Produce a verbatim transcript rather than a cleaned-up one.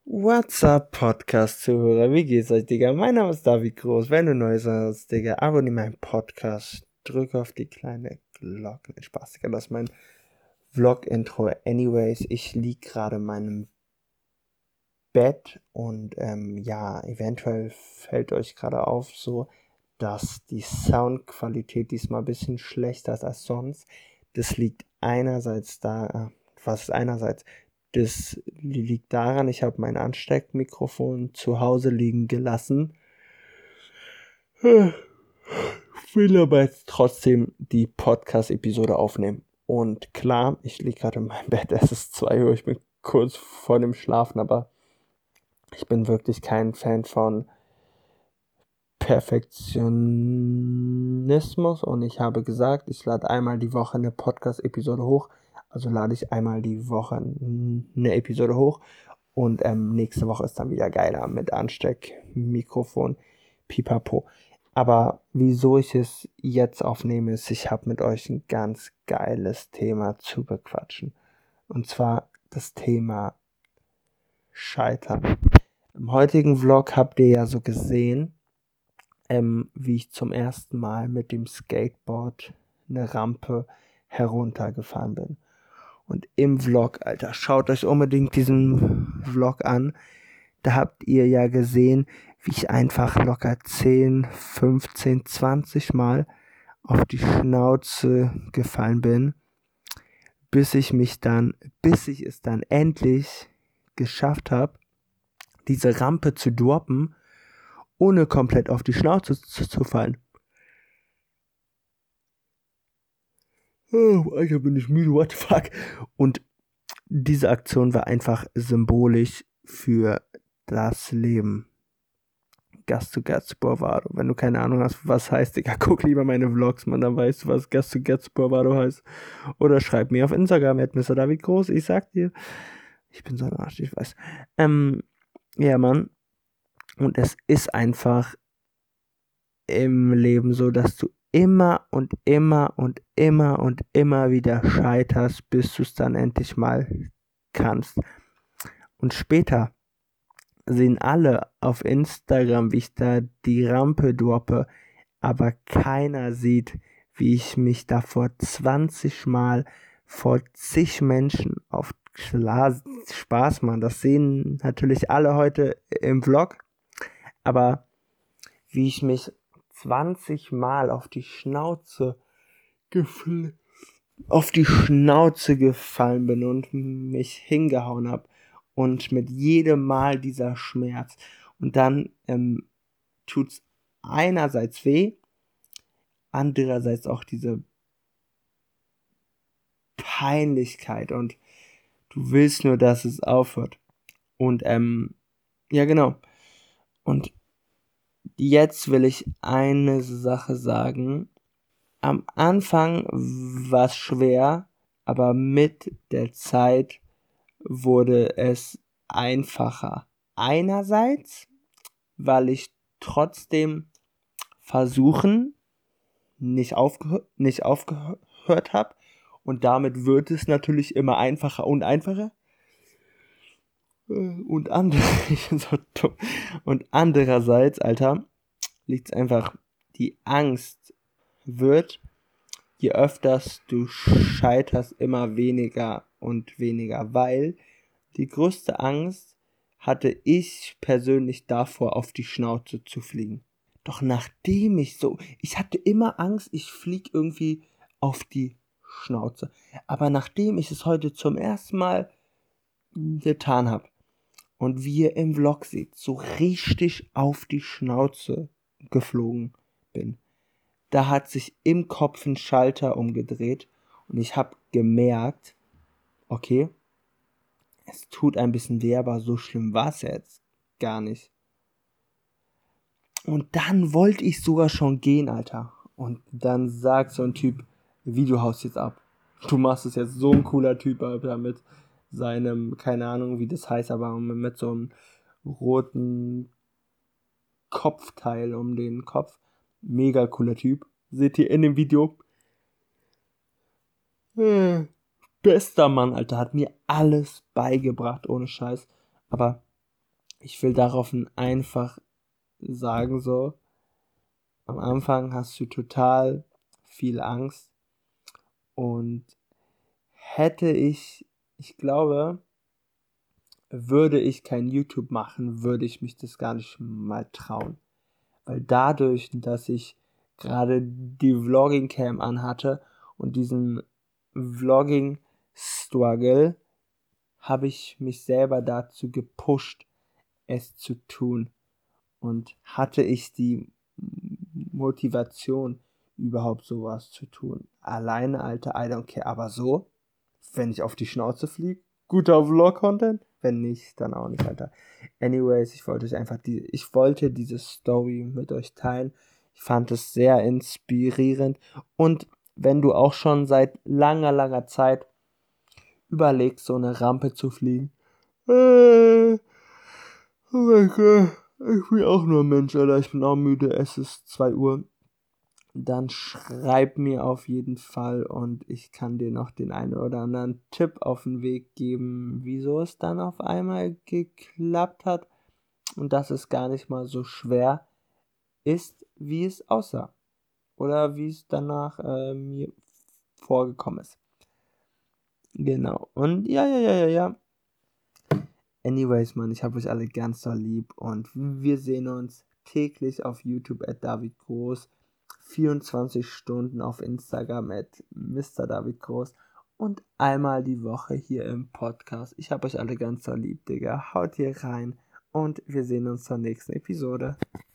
What's up, Podcast-Zuhörer? Wie geht's euch, Digga? Mein Name ist David Groß. Wenn du neu bist, Digga, abonniere meinen Podcast. Drück auf die kleine Glocke. Nicht Spaß, Digga, das ist mein Vlog-Intro. Anyways, ich lieg gerade in meinem Bett und ähm, ja, eventuell fällt euch gerade auf, so, dass die Soundqualität diesmal ein bisschen schlechter ist als sonst. Das liegt einerseits da, äh, was ist einerseits? Das liegt daran, ich habe mein Ansteckmikrofon zu Hause liegen gelassen. Ich will aber jetzt trotzdem die Podcast-Episode aufnehmen. Und klar, ich liege gerade in meinem Bett, es ist zwei Uhr, ich bin kurz vor dem Schlafen, aber ich bin wirklich kein Fan von Perfektionismus und ich habe gesagt, ich lade einmal die Woche eine Podcast-Episode hoch. Also lade ich einmal die Woche eine Episode hoch und ähm, nächste Woche ist dann wieder geiler mit Ansteckmikrofon, pipapo. Aber wieso ich es jetzt aufnehme, ist, ich habe mit euch ein ganz geiles Thema zu bequatschen. Und zwar das Thema Scheitern. Im heutigen Vlog habt ihr ja so gesehen, ähm, wie ich zum ersten Mal mit dem Skateboard eine Rampe heruntergefahren bin. Und im Vlog, Alter, schaut euch unbedingt diesen Vlog an. Da habt ihr ja gesehen, wie ich einfach locker zehn, fünfzehn, zwanzig Mal auf die Schnauze gefallen bin, bis ich mich dann, bis ich es dann endlich geschafft habe, diese Rampe zu droppen, ohne komplett auf die Schnauze zu, zu fallen. Oh, Alter, bin ich müde, what the fuck. Und diese Aktion war einfach symbolisch für das Leben. Gast to Gast Bravado. Wenn du keine Ahnung hast, was heißt, Digga, guck lieber meine Vlogs, man, dann weißt du, was Gast to Gast Bravado heißt. Oder schreib mir auf Instagram, at Mister David Groß, ich sag dir, ich bin so ein Arsch, ich weiß. Ähm, ja, Mann. Und es ist einfach im Leben so, dass du immer und immer und immer und immer wieder scheiterst, bis du es dann endlich mal kannst. Und später sehen alle auf Instagram, wie ich da die Rampe droppe, aber keiner sieht, wie ich mich da vor zwanzig Mal vor zig Menschen auf klar Spaß mache. Das sehen natürlich alle heute im Vlog, aber wie ich mich zwanzig Mal auf die Schnauze gefl- auf die Schnauze gefallen bin und mich hingehauen habe. Und mit jedem Mal dieser Schmerz. Und dann ähm, tut es einerseits weh, andererseits auch diese Peinlichkeit. Und du willst nur, dass es aufhört. Und ähm, ja genau. Und jetzt will ich eine Sache sagen. Am Anfang war es schwer, aber mit der Zeit wurde es einfacher. Einerseits, weil ich trotzdem versuchen nicht, aufgehör nicht aufgehört habe und damit wird es natürlich immer einfacher und einfacher. Und andere, ich bin so dumm. Und andererseits, Alter, liegt es einfach, die Angst wird, je öfters du scheiterst, immer weniger und weniger, weil die größte Angst hatte ich persönlich davor, auf die Schnauze zu fliegen. Doch nachdem ich so, ich hatte immer Angst, ich flieg irgendwie auf die Schnauze. Aber nachdem ich es heute zum ersten Mal getan habe und wie ihr im Vlog seht, so richtig auf die Schnauze geflogen bin, da hat sich im Kopf ein Schalter umgedreht und ich habe gemerkt, okay, es tut ein bisschen weh, aber so schlimm war es ja jetzt gar nicht. Und dann wollte ich sogar schon gehen, Alter. Und dann sagt so ein Typ, wie, du haust jetzt ab. Du machst es jetzt, so ein cooler Typ, Alter, mit seinem, keine Ahnung, wie das heißt, aber mit so einem roten Kopfteil um den Kopf. Mega cooler Typ. Seht ihr in dem Video. Bester Mann, Alter, hat mir alles beigebracht, ohne Scheiß. Aber ich will darauf einfach sagen so, am Anfang hast du total viel Angst und hätte ich, ich glaube, würde ich kein YouTube machen, würde ich mich das gar nicht mal trauen. Weil dadurch, dass ich gerade die Vlogging-Cam anhatte und diesen Vlogging-Struggle, habe ich mich selber dazu gepusht, es zu tun. Und hatte ich die Motivation, überhaupt sowas zu tun. Alleine, Alter, I don't care. Aber so, wenn ich auf die Schnauze fliege, guter Vlog-Content. Wenn nicht, dann auch nicht, Alter. Anyways, ich wollte euch einfach die, ich wollte diese Story mit euch teilen. Ich fand es sehr inspirierend. Und wenn du auch schon seit langer, langer Zeit überlegst, so eine Rampe zu fliegen, äh, oh mein Gott, ich bin auch nur ein Mensch, Alter. Ich bin auch müde. Es ist zwei Uhr. Dann schreib mir auf jeden Fall und ich kann dir noch den einen oder anderen Tipp auf den Weg geben, wieso es dann auf einmal geklappt hat und dass es gar nicht mal so schwer ist, wie es aussah. Oder wie es danach äh, mir vorgekommen ist. Genau. Und ja, ja, ja, ja, ja. Anyways, Mann, ich habe euch alle ganz doll lieb und wir sehen uns täglich auf YouTube at David Groß, vierundzwanzig Stunden auf Instagram at Mister David Groß und einmal die Woche hier im Podcast. Ich habe euch alle ganz doll lieb, Digga. Haut hier rein und wir sehen uns zur nächsten Episode.